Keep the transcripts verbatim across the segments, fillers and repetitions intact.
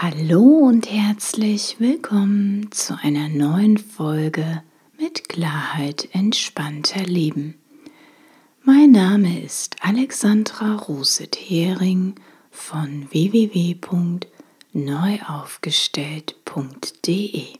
Hallo und herzlich willkommen zu einer neuen Folge mit Klarheit entspannter Leben. Mein Name ist Alexandra Roset-Hering von w w w punkt neuaufgestellt punkt d e.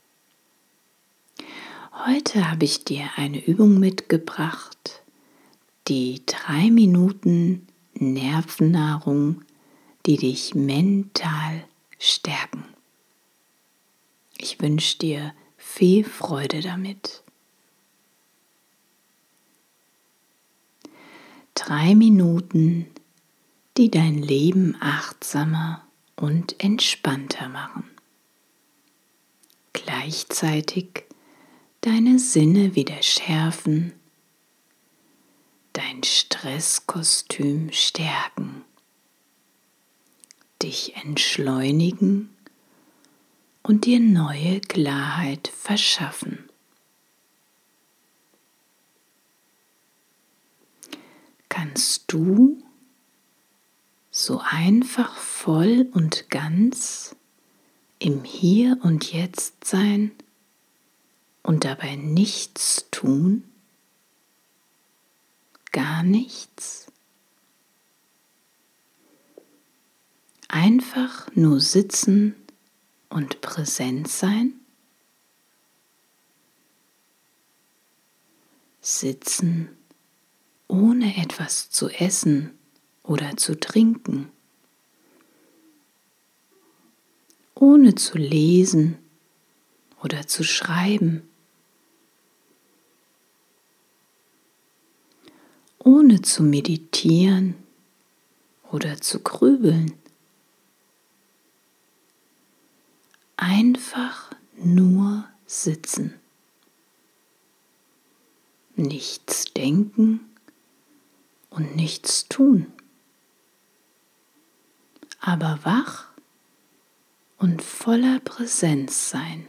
Heute habe ich dir eine Übung mitgebracht, die drei Minuten Nervennahrung, die dich mental stärken. Ich wünsche dir viel Freude damit. Drei Minuten, die dein Leben achtsamer und entspannter machen. Gleichzeitig deine Sinne wieder schärfen, dein Stresskostüm stärken, dich entschleunigen und dir neue Klarheit verschaffen. Kannst du so einfach voll und ganz im Hier und Jetzt sein und dabei nichts tun? Gar nichts? Einfach nur sitzen und präsent sein? Sitzen, ohne etwas zu essen oder zu trinken, ohne zu lesen oder zu schreiben, ohne zu meditieren oder zu grübeln. Einfach nur sitzen. Nichts denken und nichts tun. Aber wach und voller Präsenz sein.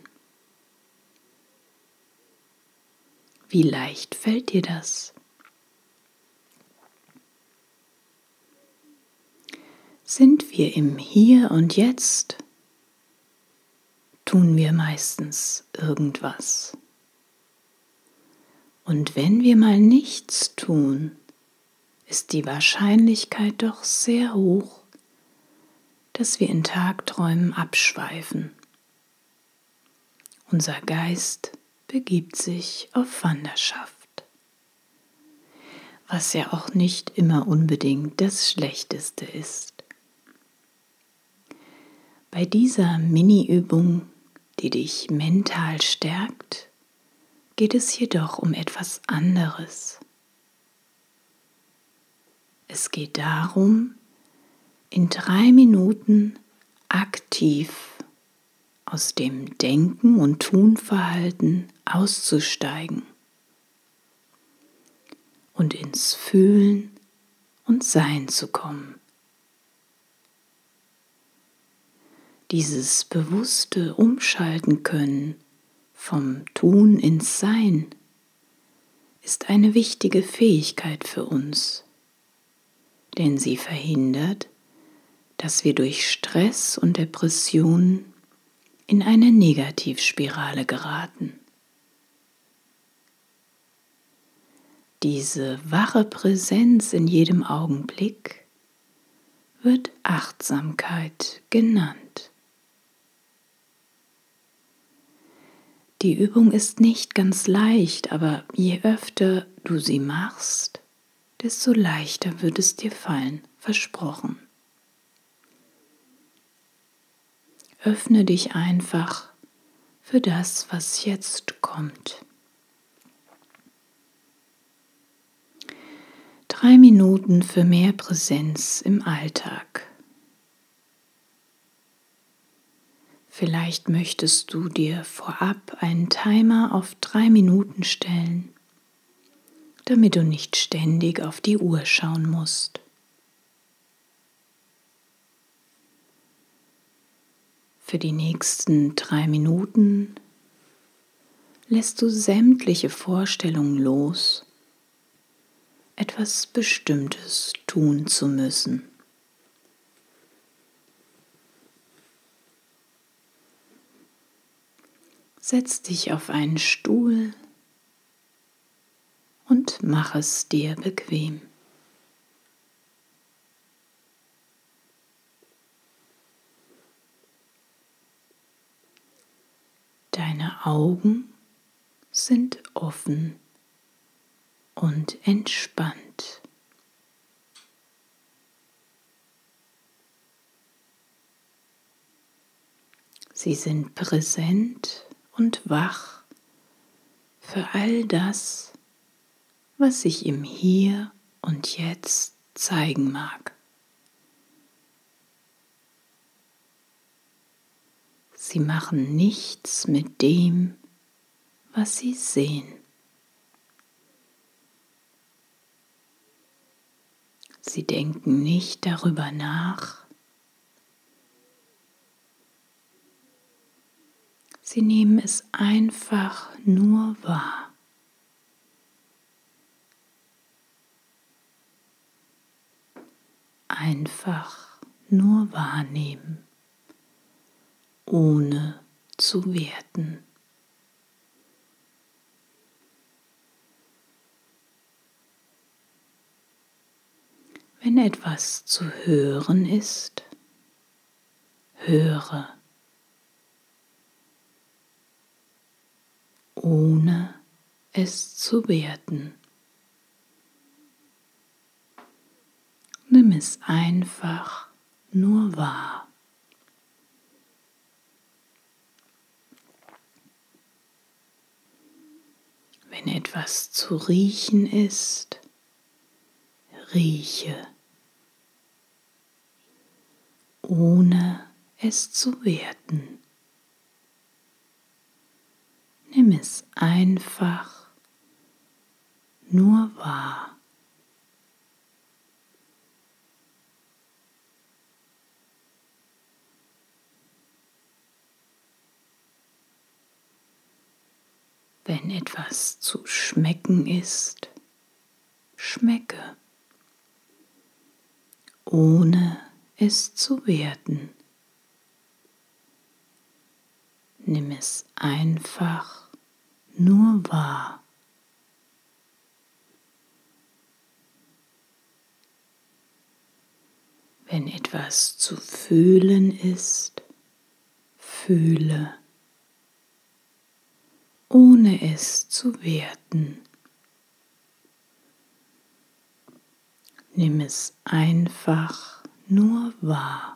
Wie leicht fällt dir das? Sind wir im Hier und Jetzt, tun wir meistens irgendwas. Und wenn wir mal nichts tun, ist die Wahrscheinlichkeit doch sehr hoch, dass wir in Tagträumen abschweifen. Unser Geist begibt sich auf Wanderschaft, was ja auch nicht immer unbedingt das Schlechteste ist. Bei dieser Mini-Übung, die dich mental stärkt, geht es jedoch um etwas anderes. Es geht darum, in drei Minuten aktiv aus dem Denken- und Tunverhalten auszusteigen und ins Fühlen und Sein zu kommen. Dieses bewusste Umschalten können vom Tun ins Sein ist eine wichtige Fähigkeit für uns, denn sie verhindert, dass wir durch Stress und Depressionen in eine Negativspirale geraten. Diese wache Präsenz in jedem Augenblick wird Achtsamkeit genannt. Die Übung ist nicht ganz leicht, aber je öfter du sie machst, desto leichter wird es dir fallen, versprochen. Öffne dich einfach für das, was jetzt kommt. Drei Minuten für mehr Präsenz im Alltag. Vielleicht möchtest du dir vorab einen Timer auf drei Minuten stellen, damit du nicht ständig auf die Uhr schauen musst. Für die nächsten drei Minuten lässt du sämtliche Vorstellungen los, etwas Bestimmtes tun zu müssen. Setz dich auf einen Stuhl und mach es dir bequem. Deine Augen sind offen und entspannt. Sie sind präsent und wach für all das, was sich im Hier und Jetzt zeigen mag. Sie machen nichts mit dem, was sie sehen. Sie denken nicht darüber nach. Sie nehmen es einfach nur wahr. Einfach nur wahrnehmen, ohne zu werten. Wenn etwas zu hören ist, höre, ohne es zu werten. Nimm es einfach nur wahr. Wenn etwas zu riechen ist, rieche, ohne es zu werten. Nimm es einfach nur wahr. Wenn etwas zu schmecken ist, schmecke, ohne es zu werten. Nimm es einfach nur wahr. Wenn etwas zu fühlen ist, fühle, ohne es zu werten. Nimm es einfach nur wahr.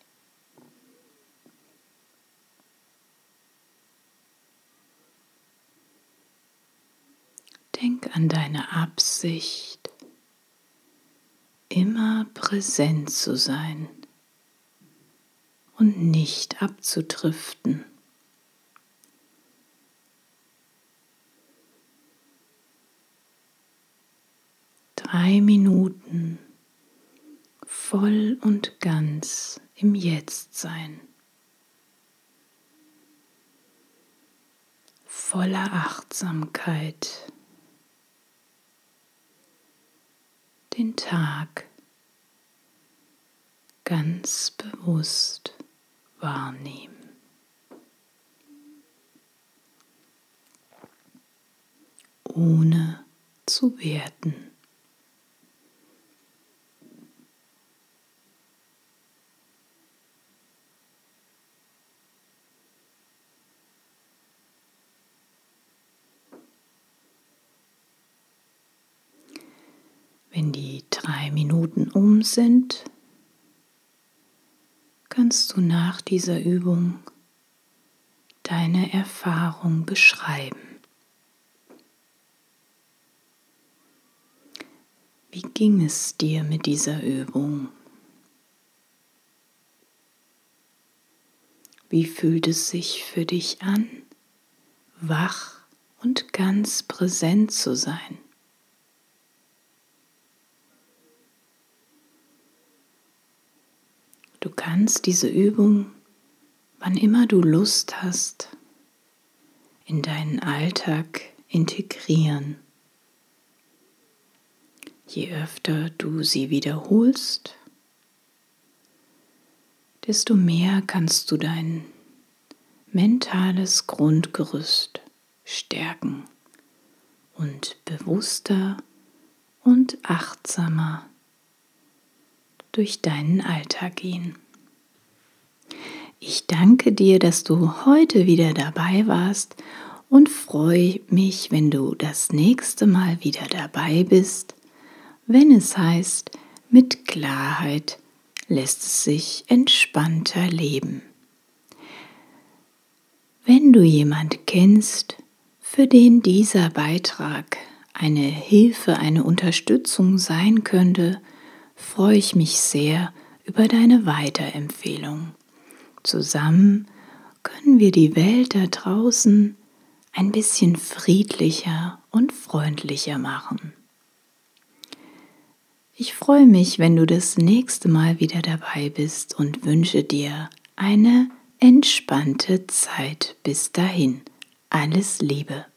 Denk an deine Absicht, immer präsent zu sein und nicht abzudriften. Drei Minuten voll und ganz im Jetzt sein, voller Achtsamkeit, den Tag ganz bewusst wahrnehmen. Ohne zu werten. Wenn die drei Minuten um sind, kannst du nach dieser Übung deine Erfahrung beschreiben. Wie ging es dir mit dieser Übung? Wie fühlt es sich für dich an, wach und ganz präsent zu sein? Du kannst diese Übung, wann immer du Lust hast, in deinen Alltag integrieren. Je öfter du sie wiederholst, desto mehr kannst du dein mentales Grundgerüst stärken und bewusster und achtsamer durch deinen Alltag gehen. Ich danke dir, dass du heute wieder dabei warst und freue mich, wenn du das nächste Mal wieder dabei bist, wenn es heißt, mit Klarheit lässt es sich entspannter leben. Wenn du jemand kennst, für den dieser Beitrag eine Hilfe, eine Unterstützung sein könnte, freue ich mich sehr über deine Weiterempfehlung. Zusammen können wir die Welt da draußen ein bisschen friedlicher und freundlicher machen. Ich freue mich, wenn du das nächste Mal wieder dabei bist und wünsche dir eine entspannte Zeit bis dahin. Alles Liebe.